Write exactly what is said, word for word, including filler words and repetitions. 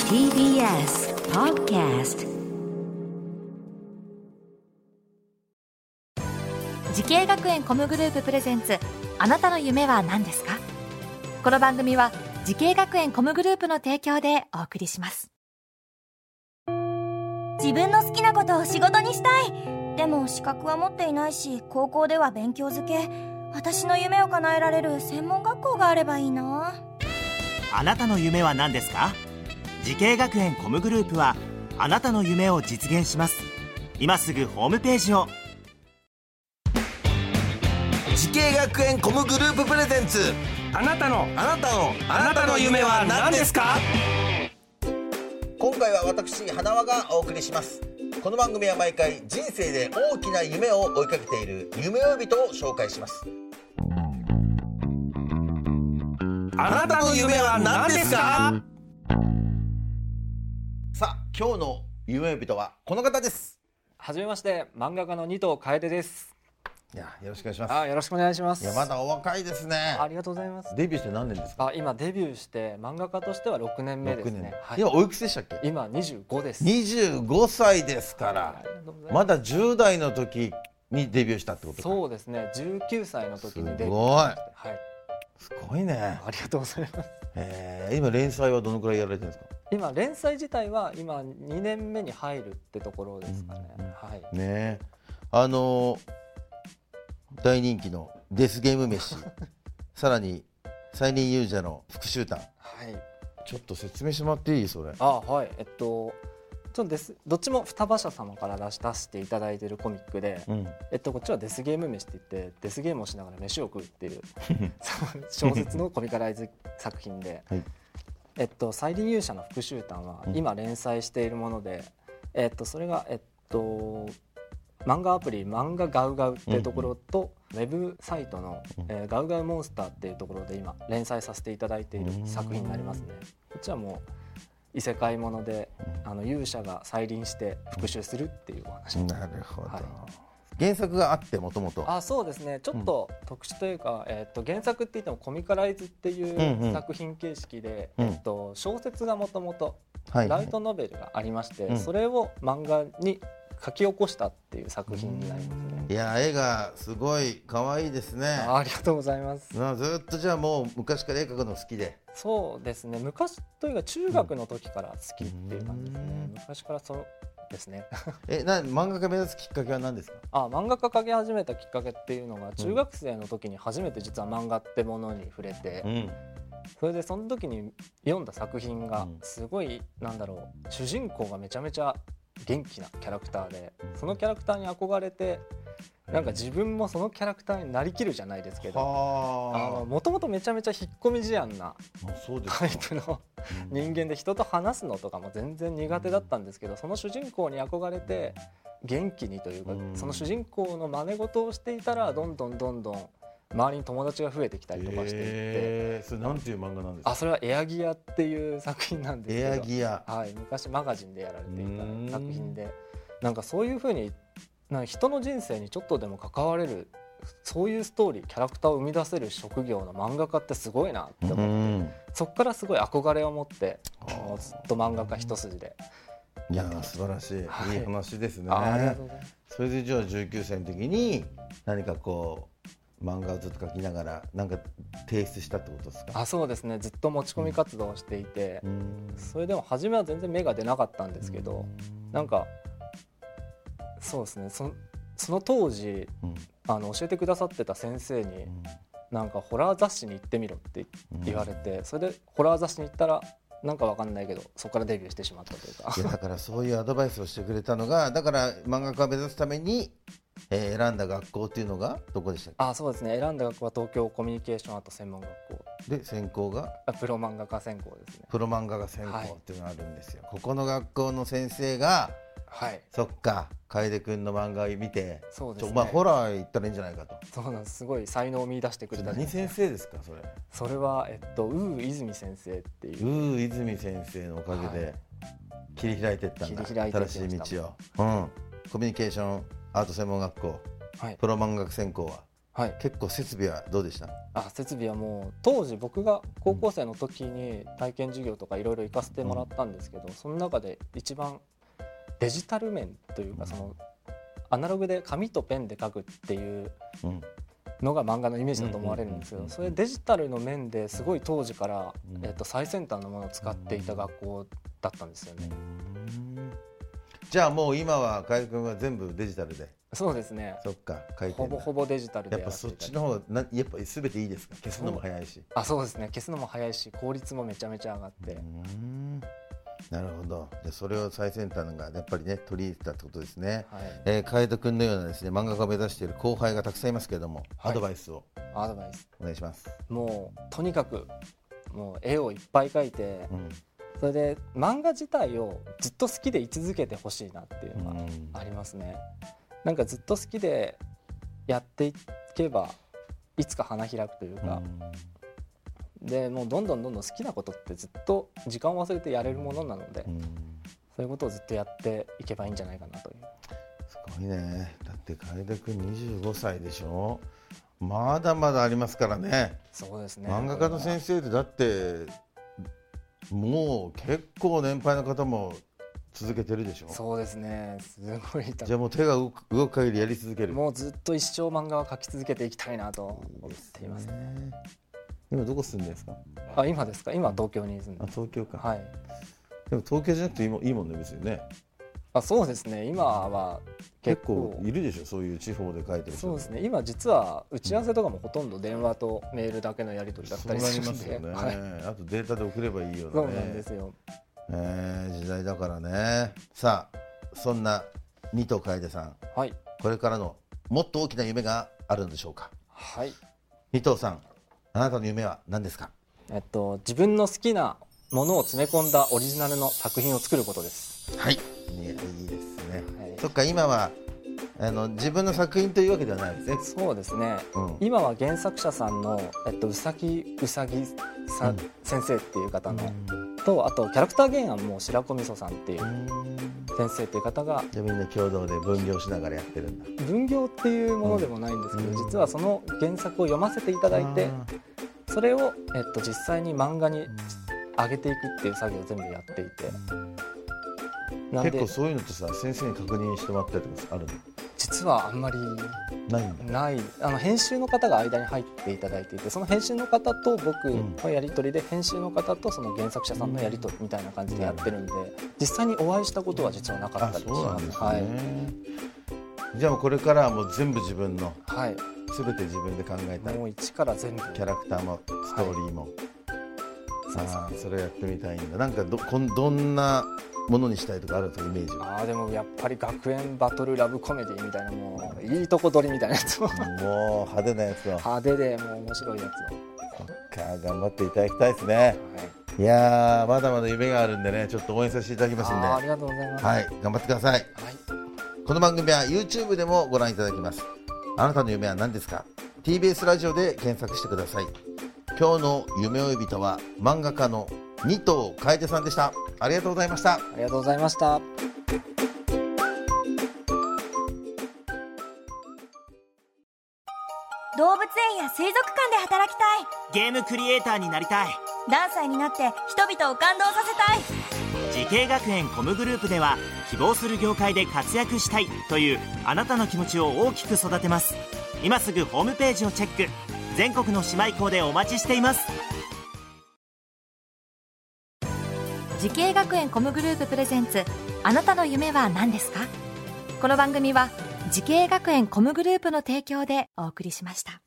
ティービーエス Podcast。 時系学園コムグループプレゼンツ、あなたの夢は何ですか？この番組は時系学園コムグループの提供でお送りします。 自分の好きなことを仕事にしたい。でも資格は持っていないし、高校では勉強づけ。私の夢を叶えられる専門学校があればいいな。 あなたの夢は何ですか？時系学園コムグループはあなたの夢を実現します。今すぐホームページを。 時系学園コムグループプレゼンツ、 あなたのあなたのあなたの夢は何ですか？ 今回は私花輪がお送りします。この番組は毎回人生で大きな夢を追いかけている夢追い人を紹介します。 あなたの夢は何ですか？ さあ、今日の夢追い人はこの方です。 はじめまして、漫画家の二藤楓です。 いや、よろしくお願いします。 あ、よろしくお願いします。 いや、まだお若いですね。 ありがとうございます。 デビューして何年ですか？ あ、今デビューして漫画家としてはろくねんめですね。はい、 今おいくつでしたっけ？ 今にじゅうごです。 にじゅうごさいですから、まだじゅう代の時にデビューしたってことか。 そうですね、じゅうきゅうさいの時にデビューしました。 すごい、はい、すごいね。 ありがとうございます。 えー、今連載はどのくらいやられてるんですか？ 今連載自体は今にねんめに入るってところですかね。うんうん、はい。 ね、あのー、大人気のデスゲーム飯さらに再臨勇者の復讐譚、はい、ちょっと説明してもらっていい？それ。 あ、はい。えっとちょっとです、どっちも双葉社様から出し出していただいているコミックで、うん、えっと、こっちはデスゲーム飯って言ってデスゲームをしながら飯を食うっていう小説のコミカライズ作品で、はい、えっと、再臨勇者の復讐譚は今連載しているもので、うん、えっと、それが、えっと、漫画アプリ漫画ガウガウっていうところと、うん、ウェブサイトの、えー、ガウガウモンスターっていうところで今連載させていただいている作品になりますね。こっちはもう異世界もので、あの勇者が再臨して復讐するっていうお話。 なるほど、はい、原作があってもともと。 あ、そうですね、ちょっと特殊というか、うん、えー、と原作って言ってもコミカライズっていう作品形式で、うんうん、えー、と小説がもともとライトノベルがありまして、はい、それを漫画に書き起こしたっていう作品になりますね。 いや、絵がすごい可愛いですね。 あ, ありがとうございます。 ずっとじゃあもう昔から絵描くの好きで。 そうですね、昔というか中学の時から好きっていう感じですね。うん、昔からそうですねえ、な漫画家目指すきっかけは何ですか？ あ、漫画家描き始めたきっかけっていうのが中学生の時に初めて実は漫画ってものに触れて、うん、それでその時に読んだ作品がすごい、なんだろう、主人公がめちゃめちゃ元気なキャラクターで、そのキャラクターに憧れて、なんか自分もそのキャラクターになりきるじゃないですけど、もともとめちゃめちゃ引っ込み思案なタイプの人間で、人と話すのとかも全然苦手だったんですけど、その主人公に憧れて元気にというか、その主人公の真似事をしていたらどんどんどんどん周りに友達が増えてきたりとかしていって、 えー、それなんていう漫画なんですか？ あ、それはエアギアっていう作品なんですけど、 エアギア、 はい、昔マガジンでやられていた作品で、なんかそういう風になんか人の人生にちょっとでも関われる、そういうストーリー、キャラクターを生み出せる職業の漫画家ってすごいなって思って、そこからすごい憧れを持ってもうずっと漫画家一筋で。 いや、素晴らしい、はい、いい話ですね。 ありがとうございます。 それでじゃあじゅうきゅうさいの時に何かこう漫画をずっと描きながらなんか提出したってことですか？ あ、そうですね、ずっと持ち込み活動をしていて、うん、それでも初めは全然芽が出なかったんですけど、うん、なんかそうですね、 そ, その当時、うん、あの教えてくださってた先生に、うん、なんかホラー雑誌に行ってみろって言われて、うん、それでホラー雑誌に行ったらなんかわかんないけどそこからデビューしてしまったというか。 いや、だからそういうアドバイスをしてくれたのが、だから漫画家を目指すために、えー、選んだ学校っていうのがどこでしたっけ？ あ、そうですね、選んだ学校は東京コミュニケーションアート専門学校で、専攻がプロ漫画家専攻ですね。 プロ漫画家専攻っていうのがあるんですよ、はい、ここの学校の先生が、はい、そっか、楓君の漫画を見て、 そうですね、 ちょ、まあ、ホラー行ったらいいんじゃないかと。 そうなんです、すごい才能を見出してくれた。 何先生ですかそれ？ それは、えっと、ウー泉先生っていう。 ウー泉先生のおかげで切り開いていったんだ、はい、新しい道を、うん、コミュニケーションアート専門学校、はい、プロ漫画専攻ははい、 結構設備はどうでした？ あ、設備はもう当時僕が高校生の時に体験授業とかいろいろ行かせてもらったんですけど、うん、その中で一番デジタル面というか、そのアナログで紙とペンで書くっていうのが漫画のイメージだと思われるんですけど、それデジタルの面ですごい当時から、えー、と最先端のものを使っていた学校だったんですよね。 じゃあもう今は楓君は全部デジタルで？ そうですね。 そっか、書いてほぼほぼデジタルでやっぱそっちの方がなやっぱ全ていいですか？消すのも早いし。 あ、そうですね、消すのも早いし効率もめちゃめちゃ上がって。 うーん、なるほど。でそれを最先端がやっぱりね取り入れたってことですね。はい、えー、楓君のようなですね漫画家を目指している後輩がたくさんいますけれども、はい、アドバイスをアドバイスお願いします。 もうとにかくもう絵をいっぱい描いて、うん、それで漫画自体をずっと好きで居続けてほしいなっていうのがありますね。うん、なんかずっと好きでやっていけばいつか花開くというか、うん、でもうどんどんどんどん好きなことってずっと時間を忘れてやれるものなので、うん、そういうことをずっとやっていけばいいんじゃないかなという。 すごいね。だって楓君にじゅうごさいでしょ。まだまだありますからね。 そうですね。 漫画家の先生ってだってもう結構年配の方も続けてるでしょ。 そうですね、すごい。 じゃあもう手が動く、動く限りやり続ける。 もうずっと一生漫画は描き続けていきたいなと思っています。いいですね。 今どこ住んでるんですか？ あ、今ですか？今東京に住んで。 あ、東京か。 はい。 でも東京じゃなくていいもん、いいもんね別にね。 あ、そうですね。今は結構いるでしょ、そういう地方で書いてる人。 そうですね。今実は打ち合わせとかもほとんど電話とメールだけのやり取りだったりするんで。 そうなりますよね。はい、あとデータで送ればいいよね。 そうなんですよ。 えー、時代だからね。さあ、そんな二藤楓さん、はい、これからのもっと大きな夢があるんでしょうか？ はい。 二藤さん、あなたの夢は何ですか？ えっと自分の好きなものを詰め込んだオリジナルの作品を作ることです。 はい。ね、いいですね。はい、そっか、今はあの自分の作品というわけではないですね。 そうですね。うん、今は原作者さんのえっとうさぎうさぎさ、うん、先生っていう方の。うんと、あとキャラクター原案も白子みそさんっていう先生っていう方が、 じゃあみんな共同で分業しながらやってるんだ。 分業っていうものでもないんですけど、うん、実はその原作を読ませていただいて、それを、えっと、実際に漫画に上げていくっていう作業を全部やっていて、 なんで結構そういうのってさ、先生に確認してもらったりとかあるの？ 実はあんまりないんだ。 ないあの編集の方が間に入っていただいていて、その編集の方と僕のやり取りで、編集の方とその原作者さんのやり取りみたいな感じでやってるんで、実際にお会いしたことは実はなかったりします。そうなんですね。はい、じゃあこれからはもう全部自分の、 はい、 全て自分で考えた、 もう一から全部キャラクターもストーリーも、はい、あそれやってみたいんだ。なんか ど, こんどんなものにしたいとかあるんですか、イメージは？ あでもやっぱり学園バトルラブコメディみたいな、もういいとこ取りみたいなやつをもう派手なやつを、 派手でもう面白いやつを、 そっか、頑張っていただきたいですね。はい、いやーまだまだ夢があるんでね、ちょっと応援させていただきますんで。 あ, ありがとうございます。 はい、頑張ってください。はい、この番組は YouTube でもご覧いただきます。あなたの夢は何ですか？ ティービーエス ラジオで検索してください。今日の夢追い人は漫画家の二藤楓さんでした。ありがとうございました。ありがとうございました。 動物園や水族館で働きたい。 ゲームクリエイターになりたい。 何歳になって人々を感動させたい。 時系学園コムグループでは、希望する業界で活躍したいというあなたの気持ちを大きく育てます。今すぐホームページをチェック。全国の姉妹校でお待ちしています。 時系学園コムグループプレゼンツ、あなたの夢は何ですか？この番組は時系学園コムグループの提供でお送りしました。